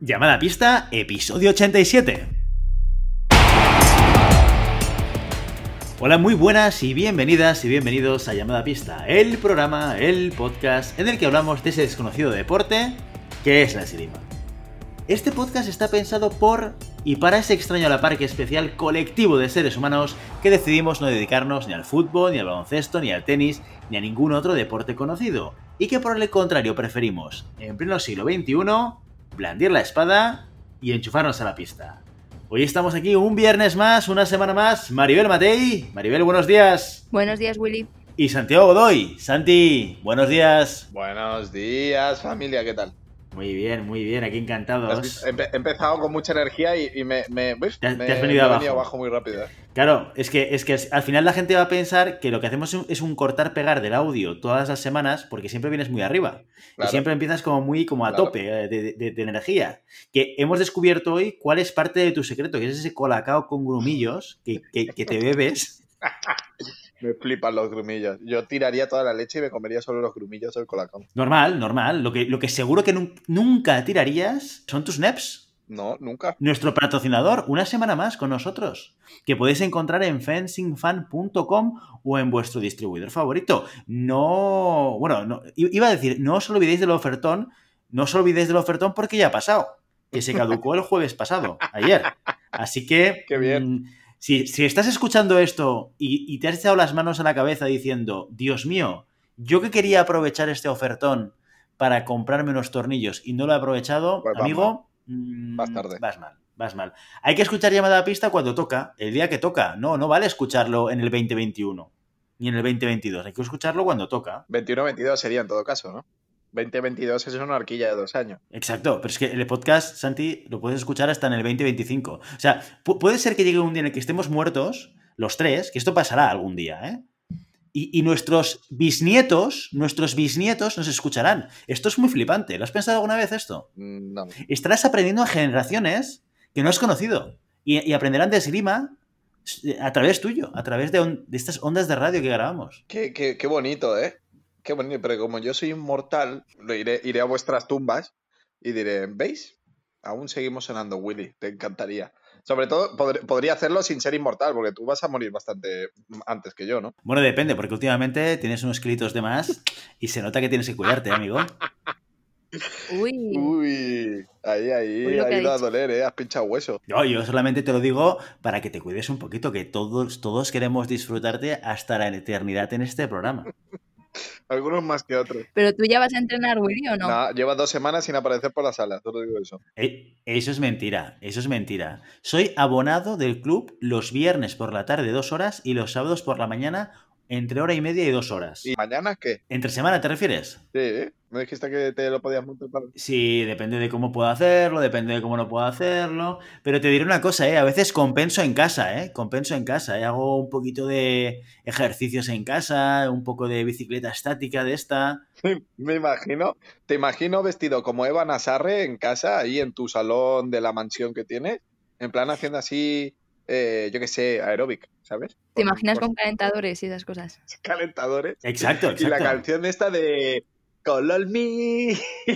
Llamada a pista, episodio 87. Hola, muy buenas y bienvenidas y bienvenidos a Llamada a pista, el programa, el podcast en el que hablamos de ese desconocido deporte que es la esgrima. Este podcast está pensado por y para ese extraño a la par que especial colectivo de seres humanos que decidimos no dedicarnos ni al fútbol, ni al baloncesto, ni al tenis, ni a ningún otro deporte conocido, y que por el contrario preferimos, en pleno siglo XXI, blandir la espada y enchufarnos a la pista. Hoy estamos aquí un viernes más, una semana más. Maribel Matei. Maribel, buenos días. Buenos días, Willy. Y Santiago Godoy. Santi, buenos días. Buenos días, familia, ¿qué tal? Muy bien, aquí encantados. He empezado con mucha energía y me te has venido abajo muy rápido. Claro, es que al final la gente va a pensar que lo que hacemos es un cortar-pegar del audio todas las semanas, porque siempre vienes muy arriba. Claro. Y siempre empiezas como a tope de energía. Que hemos descubierto hoy cuál es parte de tu secreto, que es ese colacao con grumillos que te bebes. Me flipan los grumillos. Yo tiraría toda la leche y me comería solo los grumillos del colacao. Normal. Lo que seguro que nunca tirarías son tus neps. No, nunca. Nuestro patrocinador, una semana más con nosotros, que podéis encontrar en fencingfan.com o en vuestro distribuidor favorito. No iba a decir, no os olvidéis del ofertón, porque ya ha pasado, que se caducó el jueves pasado, ayer. Así que... ¡Qué bien! Si estás escuchando esto y te has echado las manos a la cabeza diciendo, Dios mío, yo que quería aprovechar este ofertón para comprarme unos tornillos y no lo he aprovechado, pues amigo, vas tarde. Vas mal. Hay que escuchar Llamada a pista cuando toca, el día que toca. No vale escucharlo en el 2021 ni en el 2022. Hay que escucharlo cuando toca. 21-22 sería en todo caso, ¿no? 2022 es una horquilla de 2 años. Exacto, pero es que el podcast, Santi, lo puedes escuchar hasta en el 2025. O sea, puede ser que llegue un día en el que estemos muertos, los tres, que esto pasará algún día, ¿eh? Y nuestros bisnietos nos escucharán. Esto es muy flipante. ¿Lo has pensado alguna vez esto? No. Estarás aprendiendo a generaciones que no has conocido y aprenderán de esgrima a través tuyo, a través de estas ondas de radio que grabamos. Qué bonito, ¿eh? Qué bonito, pero como yo soy inmortal, iré a vuestras tumbas y diré, ¿veis? Aún seguimos sonando, Willy, te encantaría. Sobre todo, podría hacerlo sin ser inmortal, porque tú vas a morir bastante antes que yo, ¿no? Bueno, depende, porque últimamente tienes unos kilitos de más y se nota que tienes que cuidarte, amigo. Uy, ahí ha ido a doler, ¿eh? Has pinchado hueso. No, yo solamente te lo digo para que te cuides un poquito, que todos queremos disfrutarte hasta la eternidad en este programa. Algunos más que otros. ¿Pero tú ya vas a entrenar, Willy, o no? No, lleva 2 semanas sin aparecer por la sala, solo digo eso. Eso es mentira. Soy abonado del club los viernes por la tarde 2 horas y los sábados por la mañana entre 1:30 y 2 horas. ¿Y mañana qué? ¿Entre semana te refieres? Sí, ¿eh? ¿Me dijiste que te lo podías montar para...? Sí, depende de cómo puedo hacerlo, depende de cómo no puedo hacerlo. Pero te diré una cosa, a veces compenso en casa, Hago un poquito de ejercicios en casa, un poco de bicicleta estática de esta. Te imagino vestido como Eva Nazarre en casa, ahí en tu salón de la mansión que tienes, en plan haciendo así... yo qué sé, aeróbic, ¿sabes? ¿Te imaginas con calentadores y esas cosas? Calentadores. Exacto. Y la canción esta de Color Me,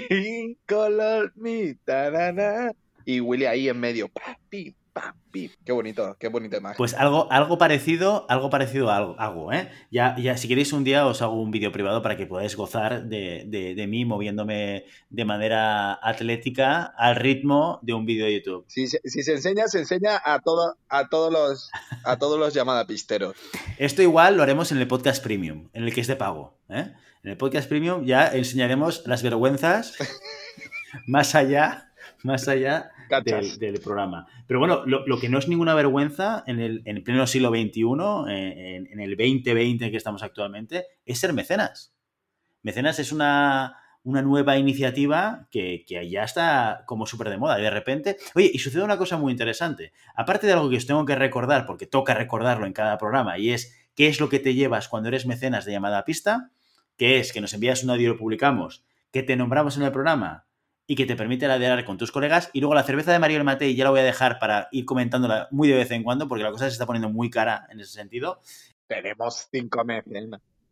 ta-da-da. Y Willy ahí en medio, papi. Qué bonito imagen. Pues algo parecido hago, ¿eh? Ya si queréis un día os hago un vídeo privado para que podáis gozar de mí moviéndome de manera atlética al ritmo de un vídeo de YouTube. Si se enseña a todos los llamadapisteros. Esto igual lo haremos en el podcast premium, en el que es de pago, ¿eh? En el podcast premium ya enseñaremos las vergüenzas más allá del programa. Pero bueno, lo que no es ninguna vergüenza en pleno siglo XXI, en el 2020 que estamos actualmente, es ser mecenas. Mecenas es una nueva iniciativa que ya está como súper de moda. Y de repente... Oye, y sucede una cosa muy interesante. Aparte de algo que os tengo que recordar, porque toca recordarlo en cada programa, y es qué es lo que te llevas cuando eres mecenas de Llamada a pista, que es que nos envías un audio y lo publicamos, que te nombramos en el programa y que te permite ladear con tus colegas. Y luego la cerveza de Maribel Matei ya la voy a dejar para ir comentándola muy de vez en cuando, porque la cosa se está poniendo muy cara en ese sentido. Tenemos 5 mecenas.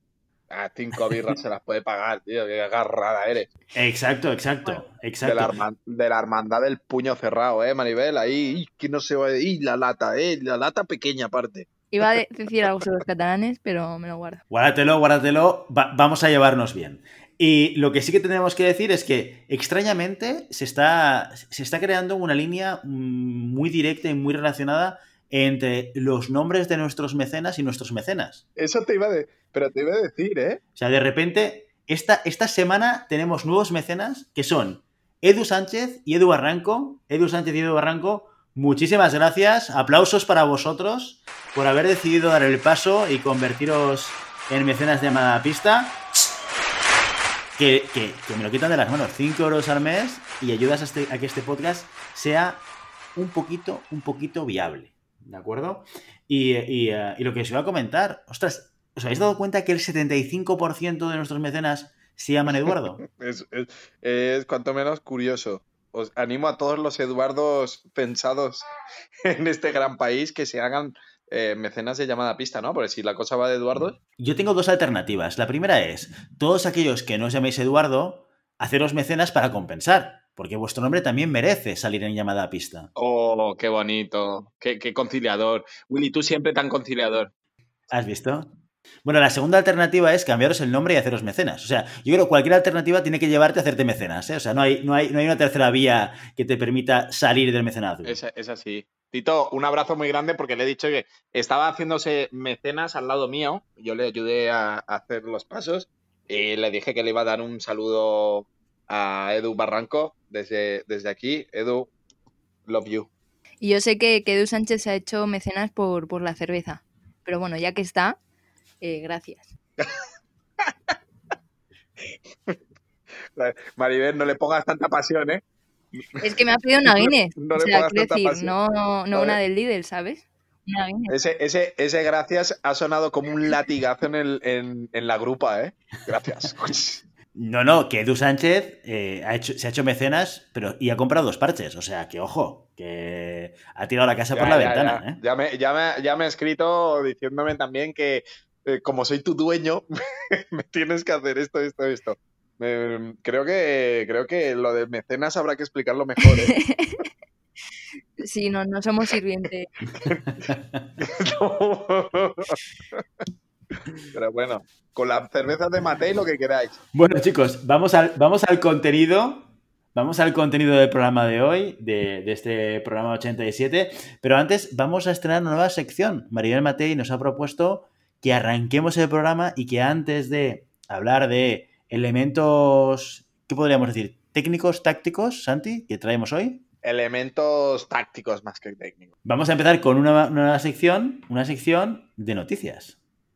A 5 birras se las puede pagar, tío. Qué agarrada eres. Exacto. De la hermandad del puño cerrado, Maribel. Ahí, que no se va. Y la lata, la lata pequeña aparte. Iba a decir algo sobre los catalanes, pero me lo guardo. Guárdatelo. Vamos a llevarnos bien. Y lo que sí que tenemos que decir es que, extrañamente, se está creando una línea muy directa y muy relacionada entre los nombres de nuestros mecenas y nuestros mecenas. Eso te iba a decir, ¿eh? O sea, de repente, esta semana tenemos nuevos mecenas que son Edu Sánchez y Edu Barranco. Edu Sánchez y Edu Barranco, muchísimas gracias. Aplausos para vosotros por haber decidido dar el paso y convertiros en mecenas de llamada pista. Que me lo quitan de las manos. 5 euros al mes y ayudas a que este podcast sea un poquito viable. ¿De acuerdo? Y lo que os iba a comentar, ostras, ¿os habéis dado cuenta que el 75% de nuestros mecenas se llaman Eduardo? Es cuanto menos curioso. Os animo a todos los Eduardos pensados en este gran país que se hagan mecenas de llamada pista, ¿no? Porque si la cosa va de Eduardos... Yo tengo 2 alternativas. La primera es, todos aquellos que no os llaméis Eduardo, haceros mecenas para compensar. Porque vuestro nombre también merece salir en llamada a pista. ¡Oh, qué bonito! ¡Qué conciliador! Willy, tú siempre tan conciliador. ¿Has visto? Bueno, la segunda alternativa es cambiaros el nombre y haceros mecenas. O sea, yo creo que cualquier alternativa tiene que llevarte a hacerte mecenas, ¿eh? O sea, no hay una tercera vía que te permita salir del mecenazgo. Es así. Tito, un abrazo muy grande porque le he dicho que estaba haciéndose mecenas al lado mío. Yo le ayudé a hacer los pasos y le dije que le iba a dar un saludo a Edu Barranco desde aquí. Edu, love you. Y yo sé que Edu Sánchez se ha hecho mecenas por la cerveza. Pero bueno, ya que está, gracias. Maribel, no le pongas tanta pasión, ¿eh? Es que me ha pedido una Guinness. No o le sea, pongas quiero tanta decir, pasión. no una del Lidl, ¿sabes? Una Guinness. Ese gracias ha sonado como un latigazo en la grupa, ¿eh? Gracias. No, que Edu Sánchez se ha hecho mecenas y ha comprado 2 parches. O sea, que ojo, que ha tirado la casa por la ventana. ¿eh? Ya me ha escrito diciéndome también que como soy tu dueño, me tienes que hacer esto. Creo que lo de mecenas habrá que explicarlo mejor, ¿eh? Sí, no somos sirvientes. Pero bueno, con las cervezas de Matei lo que queráis. Bueno, chicos, vamos al contenido. Vamos al contenido del programa de hoy, de este programa 87. Pero antes vamos a estrenar una nueva sección. Maribel Matei nos ha propuesto que arranquemos el programa y que antes de hablar de elementos, ¿qué podríamos decir? ¿Técnicos, tácticos, Santi, que traemos hoy? Elementos tácticos más que técnicos. Vamos a empezar con una sección de noticias.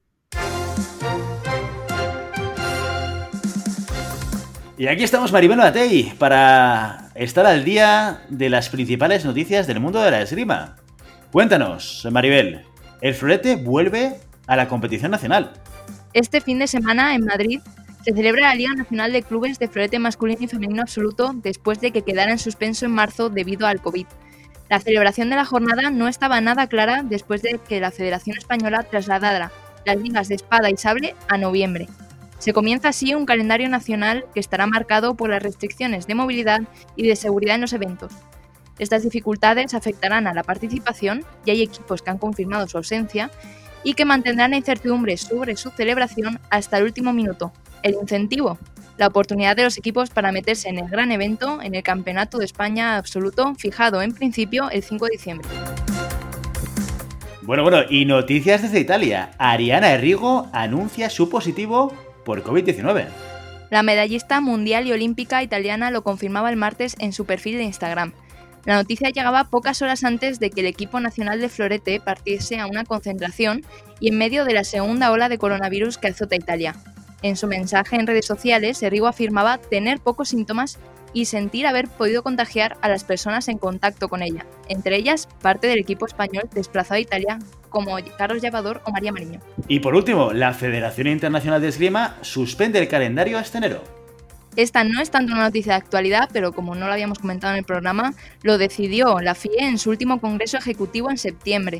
Y aquí estamos, Maribel Matei, para estar al día de las principales noticias del mundo de la esgrima. Cuéntanos, Maribel, el florete vuelve a la competición nacional. Este fin de semana en Madrid se celebra la Liga Nacional de Clubes de Florete Masculino y Femenino Absoluto después de que quedara en suspenso en marzo debido al COVID. La celebración de la jornada no estaba nada clara después de que la Federación Española trasladara las ligas de espada y sable a noviembre. Se comienza así un calendario nacional que estará marcado por las restricciones de movilidad y de seguridad en los eventos. Estas dificultades afectarán a la participación y hay equipos que han confirmado su ausencia y que mantendrán la incertidumbre sobre su celebración hasta el último minuto. El incentivo, la oportunidad de los equipos para meterse en el gran evento, en el Campeonato de España Absoluto, fijado en principio el 5 de diciembre. Bueno, y noticias desde Italia. Ariana Errigo anuncia su positivo por COVID-19. La medallista mundial y olímpica italiana lo confirmaba el martes en su perfil de Instagram. La noticia llegaba pocas horas antes de que el equipo nacional de florete partiese a una concentración y en medio de la segunda ola de coronavirus que azota Italia. En su mensaje en redes sociales, Errigo afirmaba tener pocos síntomas y sentir haber podido contagiar a las personas en contacto con ella, entre ellas parte del equipo español desplazado a Italia, como Carlos Llavador o María Mariño. Y por último, la Federación Internacional de Esgrima suspende el calendario hasta enero. Esta no es tanto una noticia de actualidad, pero como no lo habíamos comentado en el programa, lo decidió la FIE en su último congreso ejecutivo en septiembre.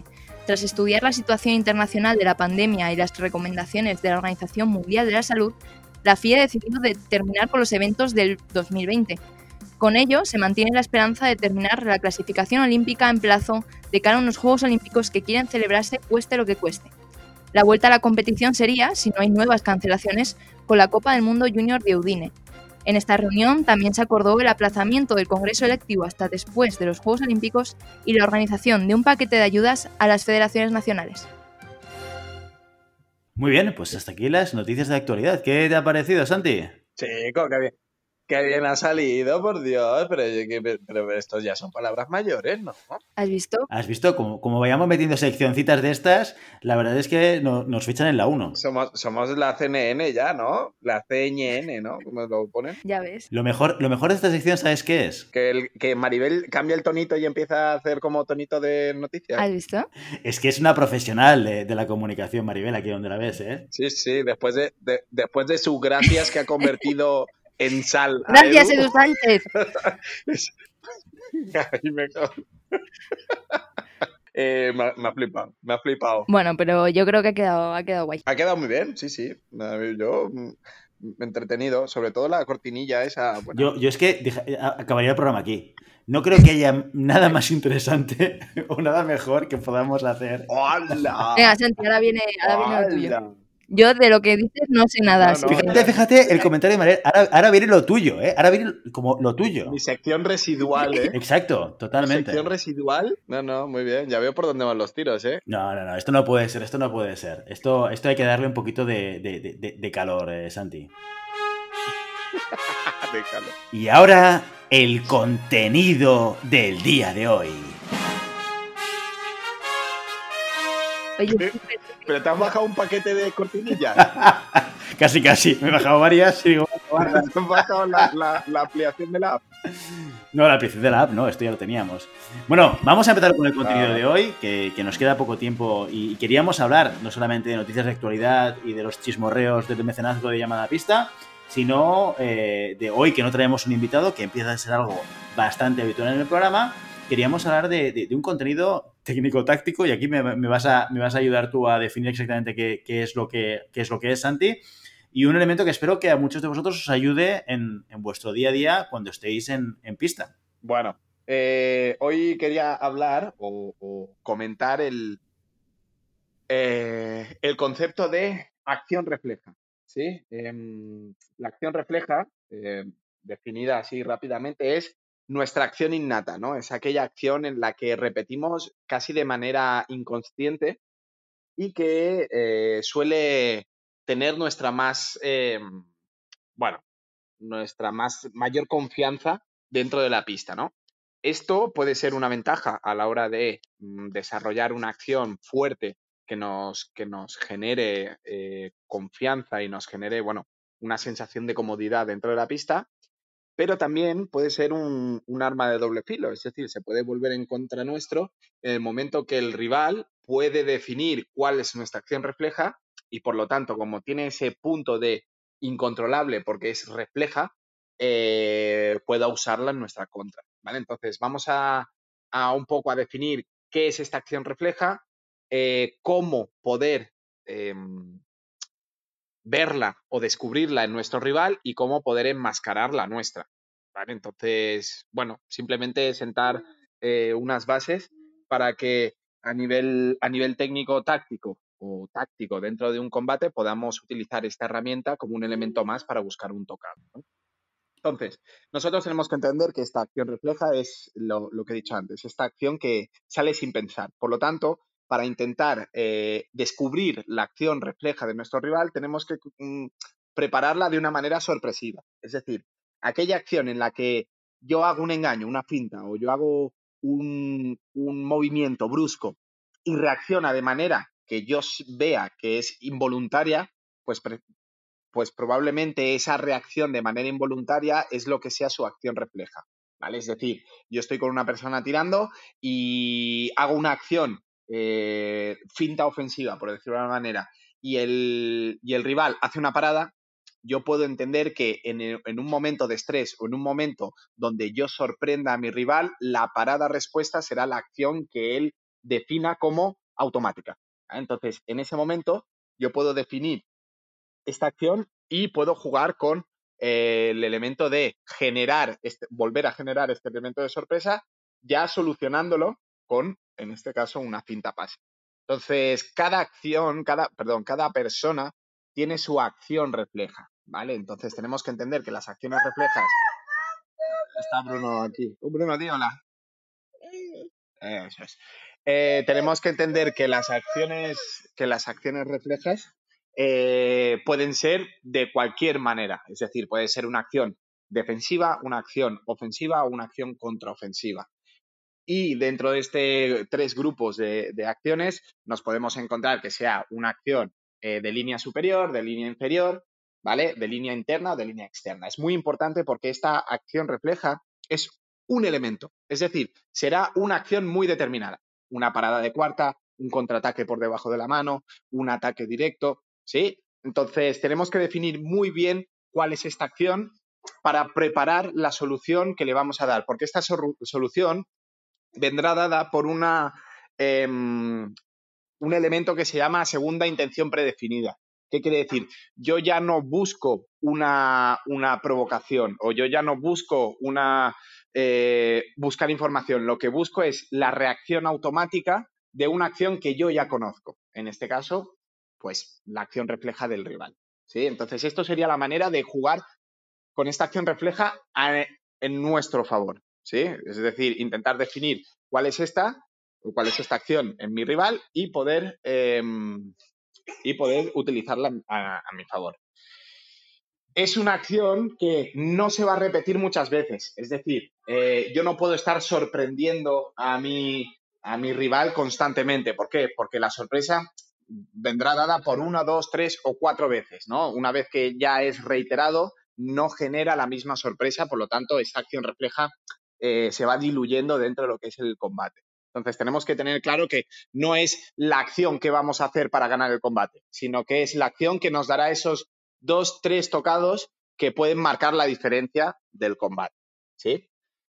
Tras estudiar la situación internacional de la pandemia y las recomendaciones de la Organización Mundial de la Salud, la FIA ha decidido terminar con los eventos del 2020. Con ello, se mantiene la esperanza de terminar la clasificación olímpica en plazo de cara a unos Juegos Olímpicos que quieren celebrarse cueste lo que cueste. La vuelta a la competición sería, si no hay nuevas cancelaciones, con la Copa del Mundo Junior de Udine. En esta reunión también se acordó el aplazamiento del Congreso electivo hasta después de los Juegos Olímpicos y la organización de un paquete de ayudas a las federaciones nacionales. Muy bien, pues hasta aquí las noticias de actualidad. ¿Qué te ha parecido, Santi? Chico, qué bien. Qué bien ha salido, por Dios, pero estos ya son palabras mayores, ¿no? ¿Has visto? ¿Has visto? Como vayamos metiendo seccioncitas de estas, la verdad es que nos fichan en la 1. Somos la CNN ya, ¿no? La CNN, ¿no? ¿Cómo lo ponen? Ya ves. Lo mejor de esta sección, ¿sabes qué es? Que Maribel cambia el tonito y empieza a hacer como tonito de noticias. ¿Has visto? Es que es una profesional de la comunicación, Maribel, aquí donde la ves, ¿eh? Sí, después de sus gracias que ha convertido en sal. Gracias, Edu Sánchez. Ay, me cago. Me ha flipado. Bueno, pero yo creo que ha quedado guay. Ha quedado muy bien, sí. Yo entretenido, sobre todo la cortinilla esa. Bueno. Yo es que acabaría el programa aquí. No creo que haya nada más interesante o nada mejor que podamos hacer. ¡Hola! Venga, Santi, ahora viene lo tuyo. Yo de lo que dices no sé nada. No, Fíjate el comentario de Mariel. Ahora viene lo tuyo, ¿eh? Ahora viene como lo tuyo. Mi sección residual, ¿eh? Exacto, totalmente. ¿Mi sección residual? No, muy bien. Ya veo por dónde van los tiros, ¿eh? No. Esto no puede ser. Esto hay que darle un poquito de calor, Santi. De calor. Y ahora, el contenido del día de hoy. Oye, ¿Pero te has bajado un paquete de cortinillas? Casi. Me he bajado varias y digo... ¿Te has bajado la ampliación de la app? No, la ampliación de la app, no, esto ya lo teníamos. Bueno, vamos a empezar con el contenido de hoy, que nos queda poco tiempo y queríamos hablar no solamente de noticias de actualidad y de los chismorreos del mecenazgo de Llamada a Pista, sino de hoy, que no traemos un invitado, que empieza a ser algo bastante habitual en el programa. Queríamos hablar de un contenido técnico-táctico y aquí me vas a ayudar tú a definir exactamente qué es lo que es, Santi. Y un elemento que espero que a muchos de vosotros os ayude en vuestro día a día cuando estéis en pista. Bueno, hoy quería hablar o comentar el concepto de acción refleja. ¿Sí? La acción refleja, definida así rápidamente, es nuestra acción innata, ¿no? Es aquella acción en la que repetimos casi de manera inconsciente y que suele tener nuestra mayor confianza dentro de la pista, ¿no? Esto puede ser una ventaja a la hora de desarrollar una acción fuerte que nos genere confianza y nos genere, una sensación de comodidad dentro de la pista, pero también puede ser un arma de doble filo, es decir, se puede volver en contra nuestro en el momento que el rival puede definir cuál es nuestra acción refleja y por lo tanto, como tiene ese punto de incontrolable porque es refleja, pueda usarla en nuestra contra, ¿vale? Entonces, vamos a un poco a definir qué es esta acción refleja, cómo poder verla o descubrirla en nuestro rival y cómo poder enmascarar la nuestra, ¿vale? Entonces, simplemente sentar unas bases para que a nivel técnico-táctico o táctico dentro de un combate podamos utilizar esta herramienta como un elemento más para buscar un tocado, ¿no? Entonces, nosotros tenemos que entender que esta acción refleja es lo que he dicho antes, esta acción que sale sin pensar. Por lo tanto, para intentar descubrir la acción refleja de nuestro rival, tenemos que prepararla de una manera sorpresiva. Es decir, aquella acción en la que yo hago un engaño, una finta, o yo hago un movimiento brusco y reacciona de manera que yo vea que es involuntaria, pues probablemente esa reacción de manera involuntaria es lo que sea su acción refleja, ¿vale? Es decir, yo estoy con una persona tirando y hago una acción finta ofensiva, por decirlo de alguna manera, y el rival hace una parada, yo puedo entender que en un momento de estrés o en un momento donde yo sorprenda a mi rival, la parada respuesta será la acción que él defina como automática. Entonces, en ese momento, yo puedo definir esta acción y puedo jugar con el elemento de volver a generar este elemento de sorpresa, ya solucionándolo con, en este caso, una finta pase. Entonces, cada persona tiene su acción refleja, ¿vale? Entonces, tenemos que entender que las acciones reflejas... Está Bruno aquí. Bruno, di hola. Eso es. Tenemos que entender que las acciones reflejas pueden ser de cualquier manera. Es decir, puede ser una acción defensiva, una acción ofensiva o una acción contraofensiva. Y dentro de tres grupos de acciones nos podemos encontrar que sea una acción de línea superior, de línea inferior, ¿vale? De línea interna o de línea externa. Es muy importante porque esta acción refleja es un elemento. Es decir, será una acción muy determinada. Una parada de cuarta, un contraataque por debajo de la mano, un ataque directo, ¿sí? Entonces, tenemos que definir muy bien cuál es esta acción para preparar la solución que le vamos a dar, porque esta solución vendrá dada por un elemento que se llama segunda intención predefinida. ¿Qué quiere decir? Yo ya no busco una provocación o yo ya no busco buscar información. Lo que busco es la reacción automática de una acción que yo ya conozco. En este caso, pues la acción refleja del rival. ¿Sí? Entonces, esto sería la manera de jugar con esta acción refleja en nuestro favor. ¿Sí? Es decir, intentar definir cuál es esta acción en mi rival y poder utilizarla a mi favor. Es una acción que no se va a repetir muchas veces. Es decir, yo no puedo estar sorprendiendo a mi rival constantemente. ¿Por qué? Porque la sorpresa vendrá dada por 1, 2, 3 o 4 veces, ¿no? Una vez que ya es reiterado, no genera la misma sorpresa, por lo tanto, esta acción refleja se va diluyendo dentro de lo que es el combate. Entonces, tenemos que tener claro que no es la acción que vamos a hacer para ganar el combate, sino que es la acción que nos dará esos 2, 3 tocados que pueden marcar la diferencia del combate, ¿sí?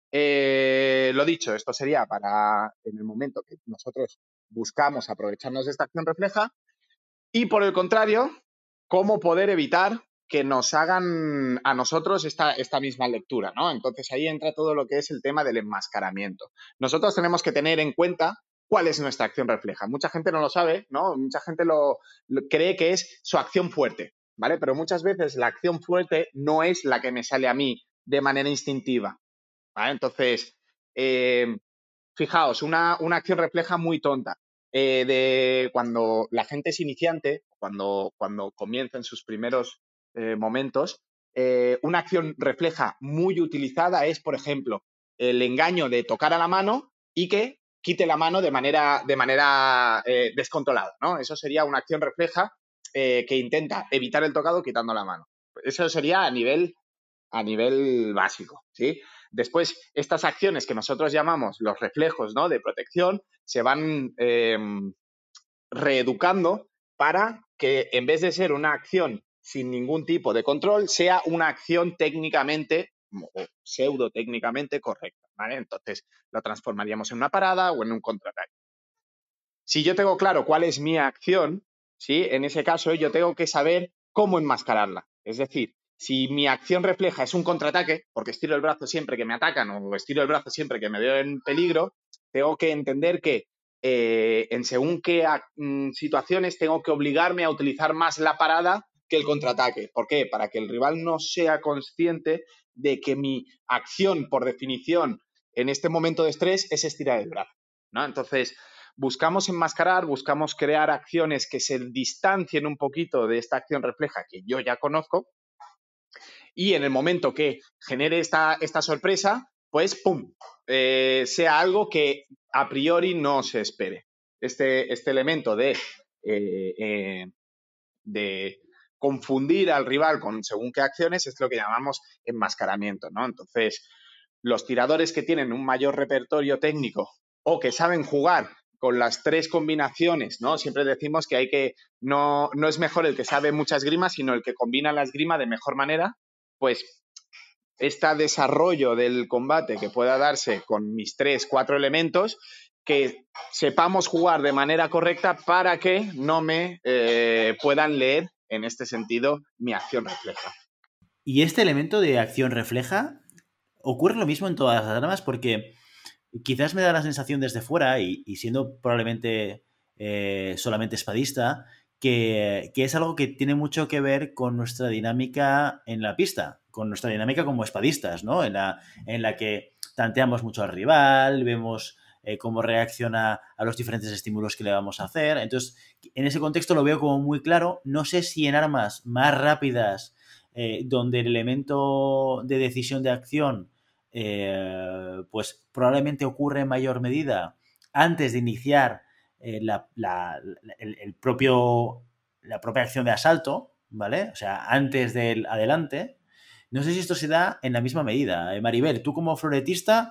Lo dicho, esto sería para en el momento que nosotros buscamos aprovecharnos de esta acción refleja y, por el contrario, cómo poder evitar que nos hagan a nosotros esta misma lectura, ¿no? Entonces ahí entra todo lo que es el tema del enmascaramiento. Nosotros tenemos que tener en cuenta cuál es nuestra acción refleja. Mucha gente no lo sabe, ¿no? Mucha gente lo cree que es su acción fuerte, ¿vale? Pero muchas veces la acción fuerte no es la que me sale a mí de manera instintiva, ¿vale? Entonces, fijaos, una acción refleja muy tonta. De cuando la gente es iniciante, cuando comienza en sus primeros momentos, una acción refleja muy utilizada es, por ejemplo, el engaño de tocar a la mano y que quite la mano de manera descontrolada, ¿no? Eso sería una acción refleja que intenta evitar el tocado quitando la mano. Eso sería a nivel básico, ¿sí? Después, estas acciones que nosotros llamamos los reflejos, ¿no?, de protección, se van reeducando para que en vez de ser una acción sin ningún tipo de control, sea una acción técnicamente o pseudo técnicamente correcta, ¿vale? Entonces, lo transformaríamos en una parada o en un contraataque. Si yo tengo claro cuál es mi acción, ¿sí?, en ese caso yo tengo que saber cómo enmascararla. Es decir, si mi acción refleja es un contraataque, porque estiro el brazo siempre que me atacan o estiro el brazo siempre que me veo en peligro, tengo que entender que en según qué situaciones tengo que obligarme a utilizar más la parada que el contraataque. ¿Por qué? Para que el rival no sea consciente de que mi acción, por definición, en este momento de estrés es estirar el brazo, ¿no? Entonces, buscamos enmascarar, buscamos crear acciones que se distancien un poquito de esta acción refleja que yo ya conozco y en el momento que genere esta sorpresa, pues ¡pum!, sea algo que a priori no se espere. Este elemento de confundir al rival con según qué acciones es lo que llamamos enmascaramiento, ¿no? Entonces, los tiradores que tienen un mayor repertorio técnico o que saben jugar con las tres combinaciones, ¿no? Siempre decimos que no es mejor el que sabe mucha esgrima, sino el que combina la esgrima de mejor manera, pues este desarrollo del combate que pueda darse con mis 3, 4 elementos, que sepamos jugar de manera correcta para que no me puedan leer, en este sentido, mi acción refleja. Y este elemento de acción refleja ocurre lo mismo en todas las armas, porque quizás me da la sensación desde fuera, y siendo probablemente solamente espadista, que es algo que tiene mucho que ver con nuestra dinámica en la pista, con nuestra dinámica como espadistas, ¿no? En la que tanteamos mucho al rival, vemos cómo reacciona a los diferentes estímulos que le vamos a hacer. Entonces, en ese contexto lo veo como muy claro. No sé si en armas más rápidas, donde el elemento de decisión de acción pues probablemente ocurre en mayor medida antes de iniciar la propia acción de asalto, ¿vale? O sea, antes del adelante. No sé si esto se da en la misma medida. Maribel, tú como floretista,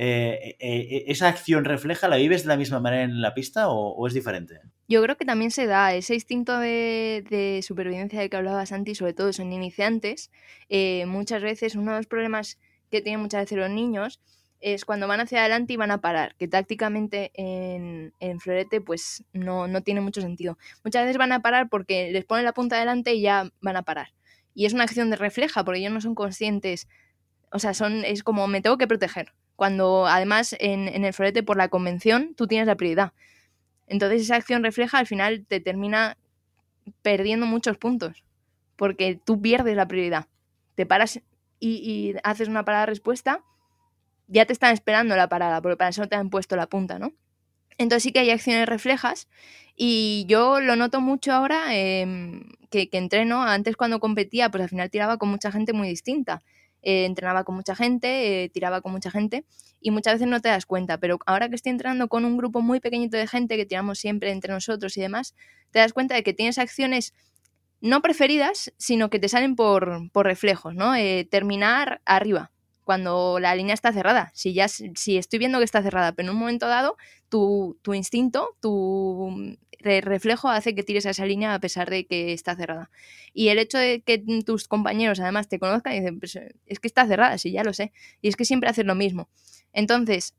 ¿esa acción refleja, la vives de la misma manera en la pista o es diferente? Yo creo que también se da ese instinto de supervivencia del que hablaba Santi, sobre todo son iniciantes. Muchas veces uno de los problemas que tienen muchas veces los niños es cuando van hacia adelante y van a parar, que tácticamente en florete pues no tiene mucho sentido. Muchas veces van a parar porque les ponen la punta adelante y ya van a parar. Y es una acción de refleja, porque ellos no son conscientes. O sea, es como me tengo que proteger. Cuando además en el florete por la convención tú tienes la prioridad. Entonces esa acción refleja al final te termina perdiendo muchos puntos, porque tú pierdes la prioridad. Te paras y haces una parada respuesta, ya te están esperando la parada, porque para eso te han puesto la punta, ¿no? Entonces sí que hay acciones reflejas y yo lo noto mucho ahora que entreno. Antes cuando competía, pues al final tiraba con mucha gente muy distinta. Entrenaba con mucha gente, tiraba con mucha gente y muchas veces no te das cuenta, pero ahora que estoy entrenando con un grupo muy pequeñito de gente que tiramos siempre entre nosotros y demás, te das cuenta de que tienes acciones no preferidas, sino que te salen por reflejos, ¿no? Terminar arriba, cuando la línea está cerrada. Si estoy viendo que está cerrada, pero en un momento dado, tu instinto, tu reflejo hace que tires a esa línea a pesar de que está cerrada. Y el hecho de que tus compañeros además te conozcan y dicen, pues, es que está cerrada, sí, ya lo sé. Y es que siempre haces lo mismo. Entonces,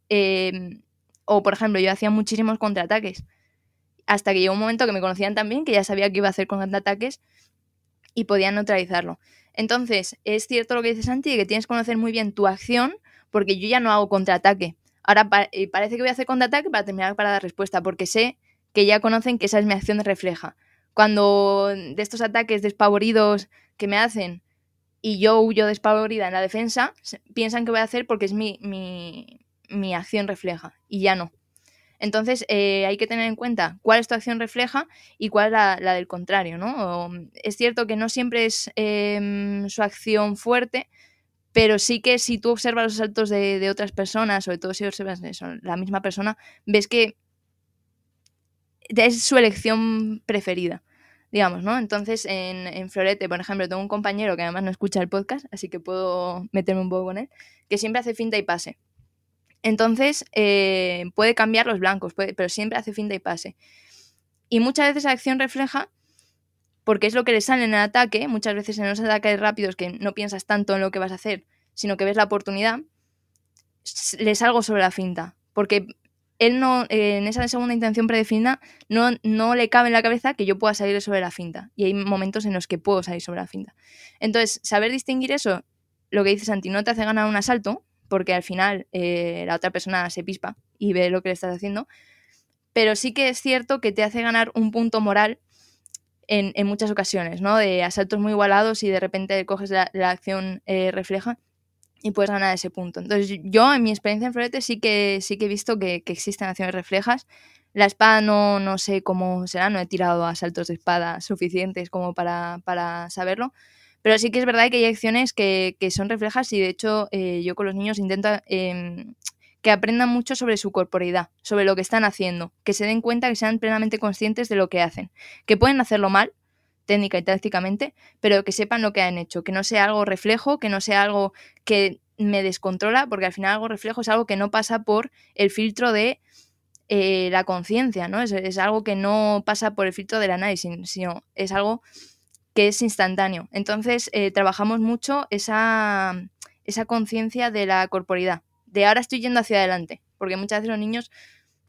o por ejemplo, yo hacía muchísimos contraataques, hasta que llegó un momento que me conocían tan bien que ya sabía qué iba a hacer con contraataques y podía neutralizarlo. Entonces, es cierto lo que dice Santi, que tienes que conocer muy bien tu acción, porque yo ya no hago contraataque. Ahora parece que voy a hacer contraataque para terminar para dar respuesta, porque sé que ya conocen que esa es mi acción de refleja. Cuando de estos ataques despavoridos que me hacen y yo huyo despavorida en la defensa, piensan que voy a hacer porque es mi acción refleja, y ya no. Entonces hay que tener en cuenta cuál es tu acción refleja y cuál es la del contrario, ¿no? Es cierto que no siempre es su acción fuerte, pero sí que si tú observas los saltos de otras personas, sobre todo si observas eso, la misma persona, ves que es su elección preferida, digamos, ¿no? Entonces en florete, por ejemplo, tengo un compañero que además no escucha el podcast, así que puedo meterme un poco con él, que siempre hace finta y pase. Entonces puede cambiar los blancos, pero siempre hace finta y pase. Y muchas veces la acción refleja, porque es lo que le sale en el ataque, muchas veces en los ataques rápidos que no piensas tanto en lo que vas a hacer, sino que ves la oportunidad, le salgo sobre la finta. Porque él no, en esa segunda intención predefinida, no le cabe en la cabeza que yo pueda salir sobre la finta. Y hay momentos en los que puedo salir sobre la finta. Entonces, saber distinguir eso, lo que dice Santi, no te hace ganar un asalto, porque al final la otra persona se pispa y ve lo que le estás haciendo, pero sí que es cierto que te hace ganar un punto moral en muchas ocasiones, ¿no? De asaltos muy igualados y de repente coges la acción refleja y puedes ganar ese punto. Entonces yo en mi experiencia en florete sí que he visto que existen acciones reflejas. La espada no sé cómo será, no he tirado asaltos de espada suficientes como para saberlo, pero sí que es verdad que hay acciones que son reflejas y de hecho yo con los niños intento que aprendan mucho sobre su corporeidad, sobre lo que están haciendo, que se den cuenta, que sean plenamente conscientes de lo que hacen, que pueden hacerlo mal, técnica y tácticamente, pero que sepan lo que han hecho, que no sea algo reflejo, que no sea algo que me descontrola, porque al final algo reflejo es algo que no pasa por el filtro de la conciencia, ¿no? Es algo que no pasa por el filtro del análisis, sino es algo que es instantáneo. Entonces trabajamos mucho esa conciencia de la corporidad, de ahora estoy yendo hacia adelante, porque muchas veces los niños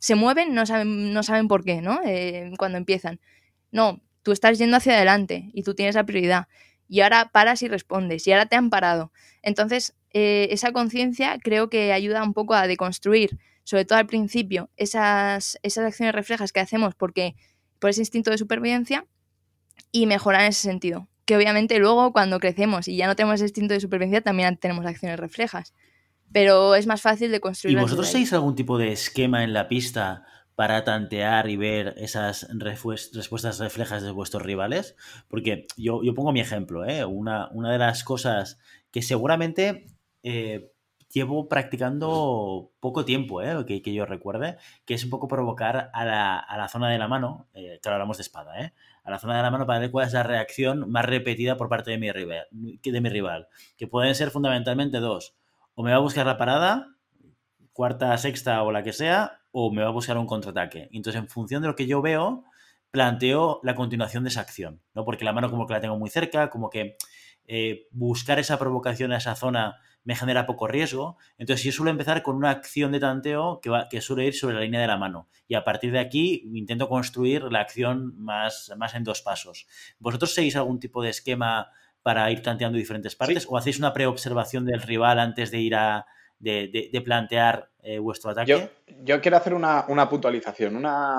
se mueven, no saben por qué, ¿no? Cuando empiezan. No, tú estás yendo hacia adelante y tú tienes la prioridad. Y ahora paras y respondes, y ahora te han parado. Entonces, esa conciencia creo que ayuda un poco a deconstruir, sobre todo al principio, esas acciones reflejas que hacemos por ese instinto de supervivencia, y mejorar en ese sentido. Que obviamente luego cuando crecemos y ya no tenemos ese instinto de supervivencia también tenemos acciones reflejas. Pero es más fácil de ¿Y construirlas vosotros desde ahí. seguís algún tipo de esquema en la pista para tantear y ver esas respuestas reflejas de vuestros rivales? Porque yo pongo mi ejemplo, ¿eh? Una de las cosas que seguramente llevo practicando poco tiempo, que yo recuerde, que es un poco provocar a la zona de la mano, claro, hablamos de espada, a la zona de la mano para ver cuál es la reacción más repetida por parte de mi rival, que pueden ser fundamentalmente dos. O me va a buscar la parada, cuarta, sexta o la que sea, o me va a buscar un contraataque. Entonces, en función de lo que yo veo, planteo la continuación de esa acción, ¿no? Porque la mano como que la tengo muy cerca, como que buscar esa provocación a esa zona me genera poco riesgo. Entonces, yo suelo empezar con una acción de tanteo que suele ir sobre la línea de la mano. Y a partir de aquí intento construir la acción más en dos pasos. ¿Vosotros seguís algún tipo de esquema para ir tanteando diferentes partes? Sí. ¿O hacéis una preobservación del rival antes de ir de plantear vuestro ataque? Yo quiero hacer una puntualización,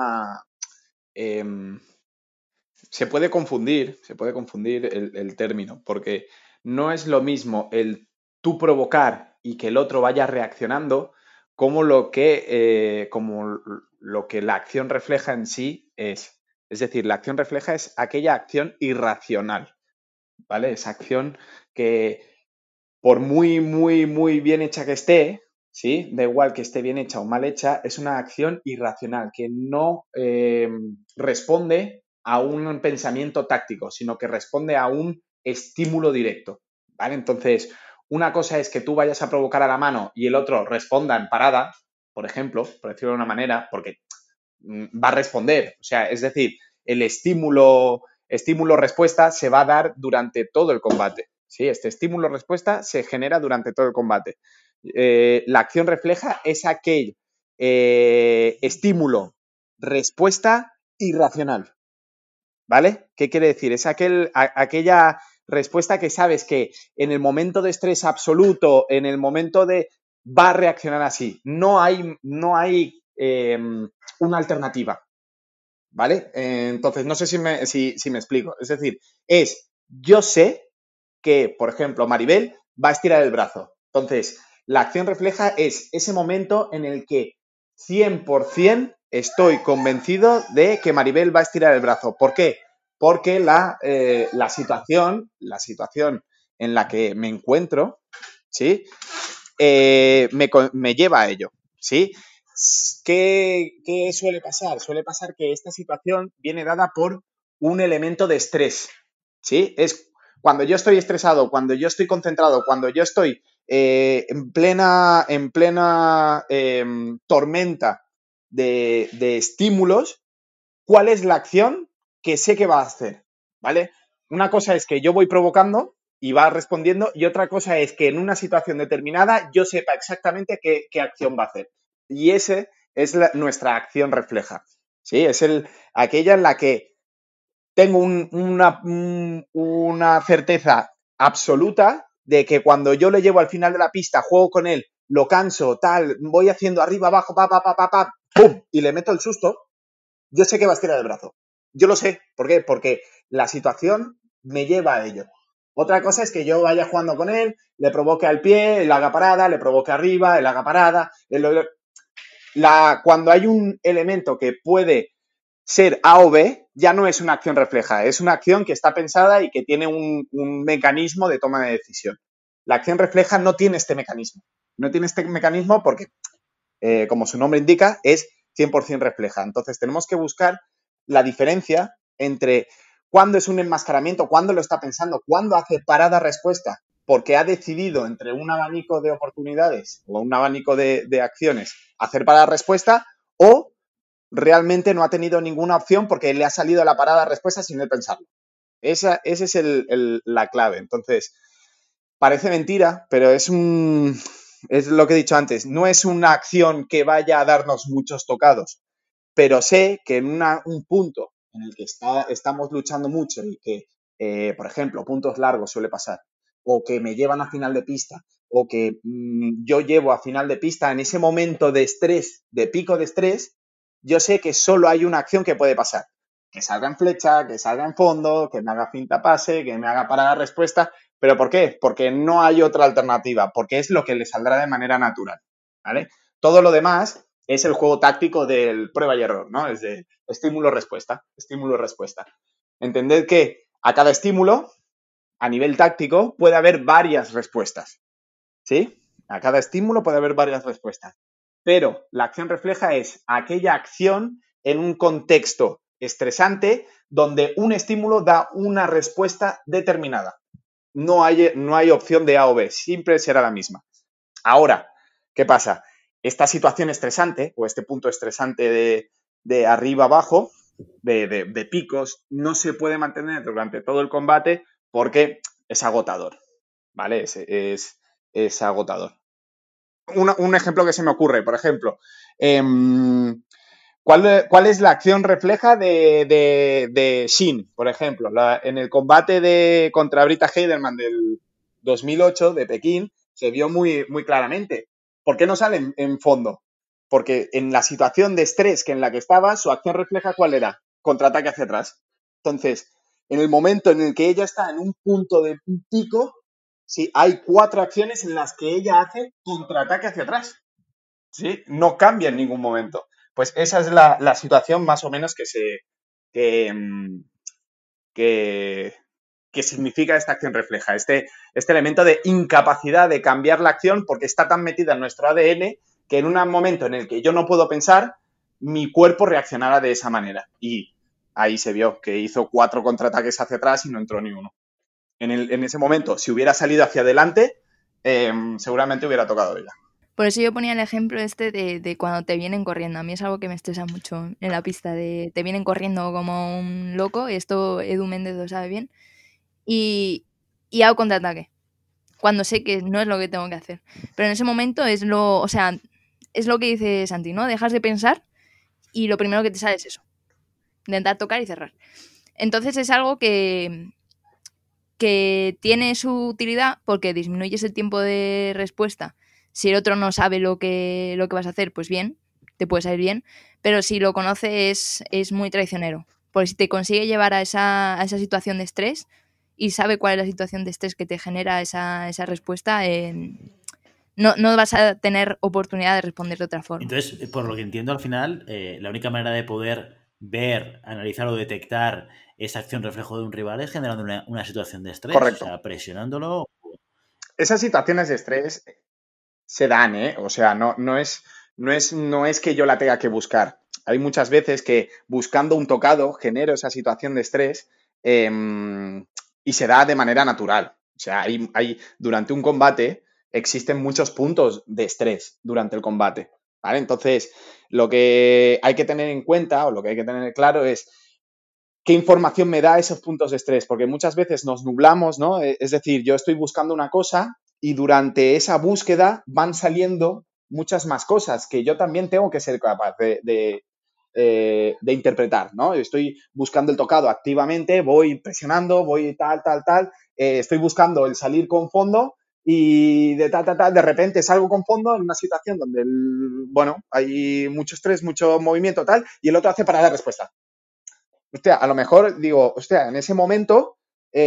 se puede confundir el término, porque no es lo mismo el tú provocar y que el otro vaya reaccionando como lo que la acción refleja en sí es. Es decir, la acción refleja es aquella acción irracional, ¿vale? Esa acción que por muy, muy, muy bien hecha que esté, ¿sí? Da igual que esté bien hecha o mal hecha, es una acción irracional que no responde a un pensamiento táctico, sino que responde a un estímulo directo, ¿vale? Entonces, una cosa es que tú vayas a provocar a la mano y el otro responda en parada, por ejemplo, por decirlo de una manera, porque va a responder. O sea, es decir, el estímulo-respuesta se va a dar durante todo el combate. ¿Sí? Este estímulo-respuesta se genera durante todo el combate. La acción refleja es aquel estímulo-respuesta irracional. ¿Vale? ¿Qué quiere decir? Es aquella respuesta que sabes que en el momento de estrés absoluto, en el momento de... va a reaccionar así. No hay una alternativa. ¿Vale? Entonces, no sé si me explico. Es decir, yo sé que, por ejemplo, Maribel va a estirar el brazo. Entonces, la acción refleja es ese momento en el que 100% estoy convencido de que Maribel va a estirar el brazo. ¿Por qué? Porque la situación en la que me encuentro, ¿sí? Me lleva a ello, ¿sí? ¿Qué suele pasar? Suele pasar que esta situación viene dada por un elemento de estrés, ¿sí? Es cuando yo estoy estresado, cuando yo estoy concentrado, cuando yo estoy en plena tormenta de estímulos, ¿cuál es la acción que sé que va a hacer? ¿Vale? Una cosa es que yo voy provocando y va respondiendo, y otra cosa es que en una situación determinada yo sepa exactamente qué acción va a hacer. Y ese es nuestra acción refleja. ¿Sí? Es aquella en la que tengo una certeza absoluta de que cuando yo le llevo al final de la pista, juego con él, lo canso, tal, voy haciendo arriba, abajo, ¡pum! Y le meto el susto, yo sé que va a estirar el brazo. Yo lo sé. ¿Por qué? Porque la situación me lleva a ello. Otra cosa es que yo vaya jugando con él, le provoque al pie, él haga parada, le provoque arriba, él haga parada. Cuando hay un elemento que puede ser A o B, ya no es una acción refleja, es una acción que está pensada y que tiene un mecanismo de toma de decisión. La acción refleja no tiene este mecanismo. No tiene este mecanismo porque, como su nombre indica, es 100% refleja. Entonces tenemos que buscar la diferencia entre cuándo es un enmascaramiento, cuándo lo está pensando, cuándo hace parada-respuesta, porque ha decidido entre un abanico de oportunidades o un abanico de acciones hacer parada-respuesta, o realmente no ha tenido ninguna opción porque le ha salido la parada-respuesta sin él pensarlo. Esa es la clave. Entonces, parece mentira, pero es un es lo que he dicho antes, no es una acción que vaya a darnos muchos tocados, pero sé que en un punto en el que estamos luchando mucho y que, por ejemplo, puntos largos suele pasar, o que me llevan a final de pista, o que yo llevo a final de pista, en ese momento de estrés, de pico de estrés, yo sé que solo hay una acción que puede pasar. Que salga en flecha, que salga en fondo, que me haga finta pase, que me haga parada respuesta. ¿Pero por qué? Porque no hay otra alternativa, porque es lo que le saldrá de manera natural, ¿vale? Todo lo demás es el juego táctico del prueba y error, ¿no? Es de estímulo-respuesta, estímulo-respuesta. Entended que a cada estímulo, a nivel táctico, puede haber varias respuestas, ¿sí? A cada estímulo puede haber varias respuestas. Pero la acción refleja es aquella acción en un contexto estresante donde un estímulo da una respuesta determinada. No hay opción de A o B, siempre será la misma. Ahora, ¿qué pasa? Esta situación estresante o este punto estresante de arriba abajo, de picos, no se puede mantener durante todo el combate porque es agotador, ¿vale? Es agotador. Un ejemplo que se me ocurre, por ejemplo, ¿cuál es la acción refleja de Shin, por ejemplo? En el combate contra Britta Heiderman del 2008 de Pekín se vio muy, muy claramente. ¿Por qué no sale en fondo? Porque en la situación de estrés en la que estaba, su acción refleja ¿cuál era? Contraataque hacia atrás. Entonces, en el momento en el que ella está en un punto de un pico, sí, hay 4 acciones en las que ella hace contraataque hacia atrás. ¿Sí? No cambia en ningún momento. Pues esa es la situación más o menos que significa esta acción refleja, este elemento de incapacidad de cambiar la acción porque está tan metida en nuestro ADN que en un momento en el que yo no puedo pensar, mi cuerpo reaccionará de esa manera. Y ahí se vio que hizo 4 contraataques hacia atrás y no entró ni uno. En ese momento, si hubiera salido hacia adelante, seguramente hubiera tocado ella. Por eso yo ponía el ejemplo de cuando te vienen corriendo. A mí es algo que me estresa mucho en la pista, de te vienen corriendo como un loco, y esto Edu Méndez lo sabe bien, y hago contraataque, cuando sé que no es lo que tengo que hacer. Pero en ese momento es lo que dice Santi, ¿no? Dejas de pensar y lo primero que te sale es eso, intentar tocar y cerrar. Entonces es algo que tiene su utilidad porque disminuyes el tiempo de respuesta. Si el otro no sabe lo que vas a hacer, pues bien, te puede salir bien, pero si lo conoce es muy traicionero, porque si te consigue llevar a esa situación de estrés y sabe cuál es la situación de estrés que te genera esa respuesta, no vas a tener oportunidad de responder de otra forma. Entonces, por lo que entiendo al final, la única manera de poder ver, analizar o detectar esa acción reflejo de un rival es generando una situación de estrés. Correcto. O sea, presionándolo. Esas situaciones de estrés se dan, ¿eh? O sea, no es que yo la tenga que buscar. Hay muchas veces que buscando un tocado genero esa situación de estrés y se da de manera natural. O sea, durante un combate existen muchos puntos de estrés durante el combate, ¿vale? Entonces, lo que hay que tener en cuenta o lo que hay que tener claro es qué información me da esos puntos de estrés, porque muchas veces nos nublamos, ¿no? Es decir, yo estoy buscando una cosa y durante esa búsqueda van saliendo muchas más cosas que yo también tengo que ser capaz de interpretar, ¿no? Estoy buscando el tocado activamente, voy presionando, voy tal, estoy buscando el salir con fondo y de repente salgo con fondo en una situación donde, hay mucho estrés, mucho movimiento, tal, y el otro hace parada de respuesta. Hostia, a lo mejor digo, hostia, en ese momento,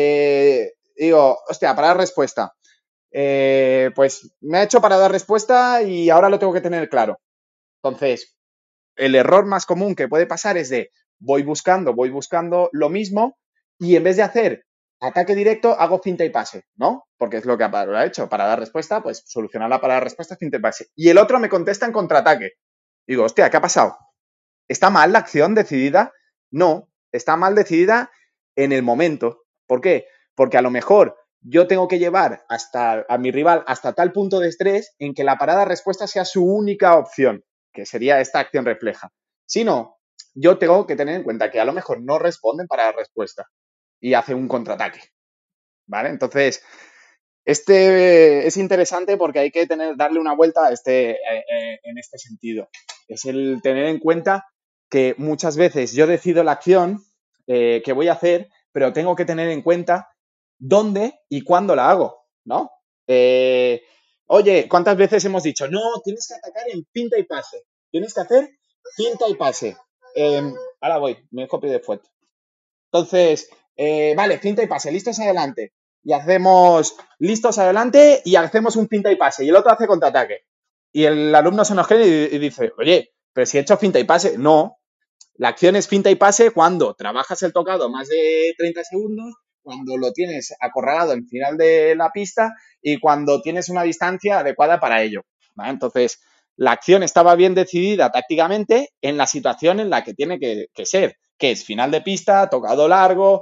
para dar respuesta. Pues me ha hecho para dar respuesta y ahora lo tengo que tener claro. Entonces, el error más común que puede pasar es de voy buscando lo mismo y en vez de hacer ataque directo, hago finta y pase, ¿no? Porque es lo que ha hecho. Para dar respuesta, pues solucionarla para dar respuesta, finta y pase. Y el otro me contesta en contraataque. Digo, hostia, ¿qué ha pasado? ¿Está mal la acción decidida? No, está mal decidida en el momento. ¿Por qué? Porque a lo mejor yo tengo que llevar a mi rival hasta tal punto de estrés en que la parada respuesta sea su única opción, que sería esta acción refleja. Si no, yo tengo que tener en cuenta que a lo mejor no responden para la respuesta y hace un contraataque. ¿Vale? Entonces, es interesante porque hay que darle una vuelta en este sentido. Es el tener en cuenta que muchas veces yo decido la acción que voy a hacer, pero tengo que tener en cuenta dónde y cuándo la hago, ¿no? Oye, ¿cuántas veces hemos dicho, no, tienes que atacar en finta y pase? Tienes que hacer finta y pase. Ahora voy, me dejo pie de fuerte. Entonces, vale, finta y pase, listos adelante. Y hacemos listos adelante y hacemos un finta y pase. Y el otro hace contraataque. Y el alumno se nos cree y dice, oye, pero si he hecho finta y pase. No, la acción es finta y pase cuando trabajas el tocado más de 30 segundos, cuando lo tienes acorralado en final de la pista y cuando tienes una distancia adecuada para ello, ¿vale? Entonces, la acción estaba bien decidida tácticamente en la situación en la que tiene que ser, que es final de pista, tocado largo,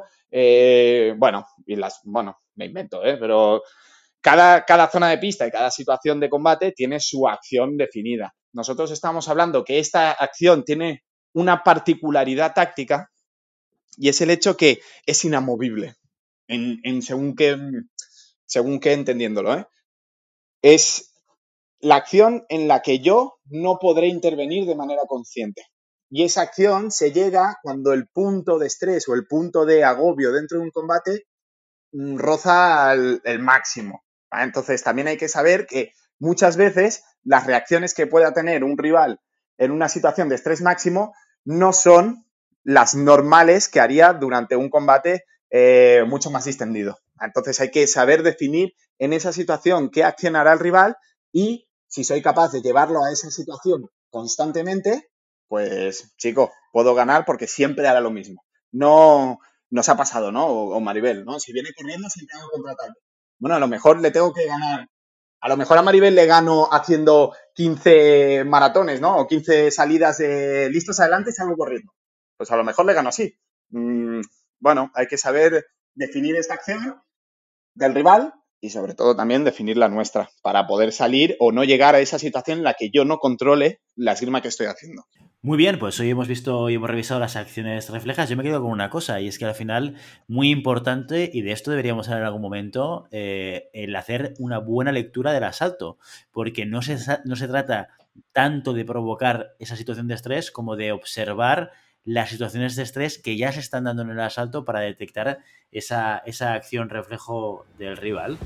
me invento, pero cada zona de pista y cada situación de combate tiene su acción definida. Nosotros estamos hablando que esta acción tiene una particularidad táctica y es el hecho que es inamovible según qué entendiéndolo, Es la acción en la que yo no podré intervenir de manera consciente. Y esa acción se llega cuando el punto de estrés o el punto de agobio dentro de un combate roza el máximo, ¿vale? Entonces también hay que saber que muchas veces las reacciones que pueda tener un rival en una situación de estrés máximo no son las normales que haría durante un combate mucho más distendido. Entonces hay que saber definir en esa situación qué acción hará el rival y si soy capaz de llevarlo a esa situación constantemente, pues chico, puedo ganar porque siempre hará lo mismo. No nos ha pasado, ¿no? O Maribel, ¿no? Si viene corriendo, siempre hago contraataque. Bueno, a lo mejor le tengo que ganar. A lo mejor a Maribel le gano haciendo 15 maratones, ¿no? O 15 salidas de listos adelante y salgo corriendo. Pues a lo mejor le gano así. Bueno, hay que saber definir esta acción del rival y sobre todo también definir la nuestra para poder salir o no llegar a esa situación en la que yo no controle la esgrima que estoy haciendo. Muy bien, pues hoy hemos visto y hemos revisado las acciones reflejas. Yo me quedo con una cosa, y es que al final, muy importante, y de esto deberíamos hablar en algún momento, el hacer una buena lectura del asalto, porque no se trata tanto de provocar esa situación de estrés como de observar las situaciones de estrés que ya se están dando en el asalto para detectar esa acción reflejo del rival.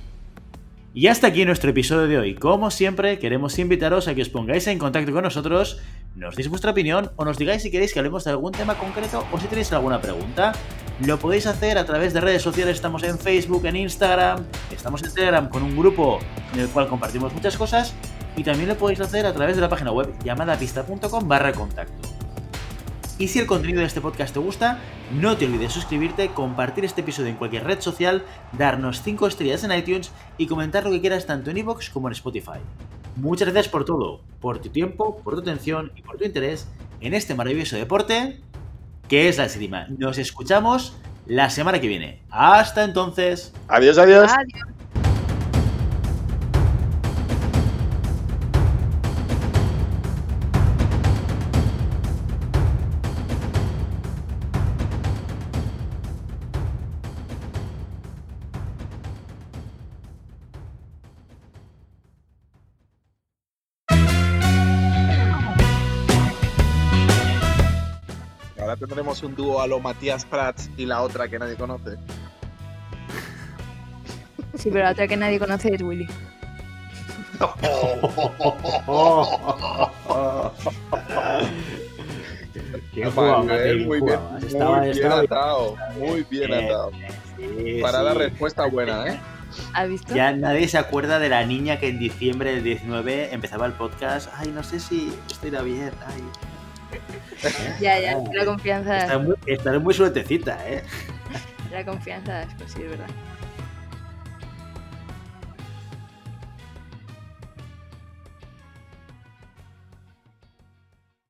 Y hasta aquí nuestro episodio de hoy. Como siempre, queremos invitaros a que os pongáis en contacto con nosotros, nos deis vuestra opinión o nos digáis si queréis que hablemos de algún tema concreto o si tenéis alguna pregunta. Lo podéis hacer a través de redes sociales, estamos en Facebook, en Instagram, estamos en Telegram con un grupo en el cual compartimos muchas cosas y también lo podéis hacer a través de la página web llamadapista.com/contacto. Y si el contenido de este podcast te gusta, no te olvides suscribirte, compartir este episodio en cualquier red social, darnos 5 estrellas en iTunes y comentar lo que quieras tanto en iVoox como en Spotify. Muchas gracias por todo, por tu tiempo, por tu atención y por tu interés en este maravilloso deporte que es la esgrima. Nos escuchamos la semana que viene. Hasta entonces. Adiós, adiós. Adiós. Ahora tendremos un dúo a lo Matías Prats y la otra que nadie conoce. Sí, pero la otra que nadie conoce es Willy. Muy bien atado. Muy bien atado. Parada respuesta buena, ¿eh? ¿Has visto? Ya nadie se acuerda de la niña que en diciembre del 19 empezaba el podcast. Ay, no sé si esto irá bien. Ay. Ya, la confianza. Estaré muy suertecita, La confianza, es verdad.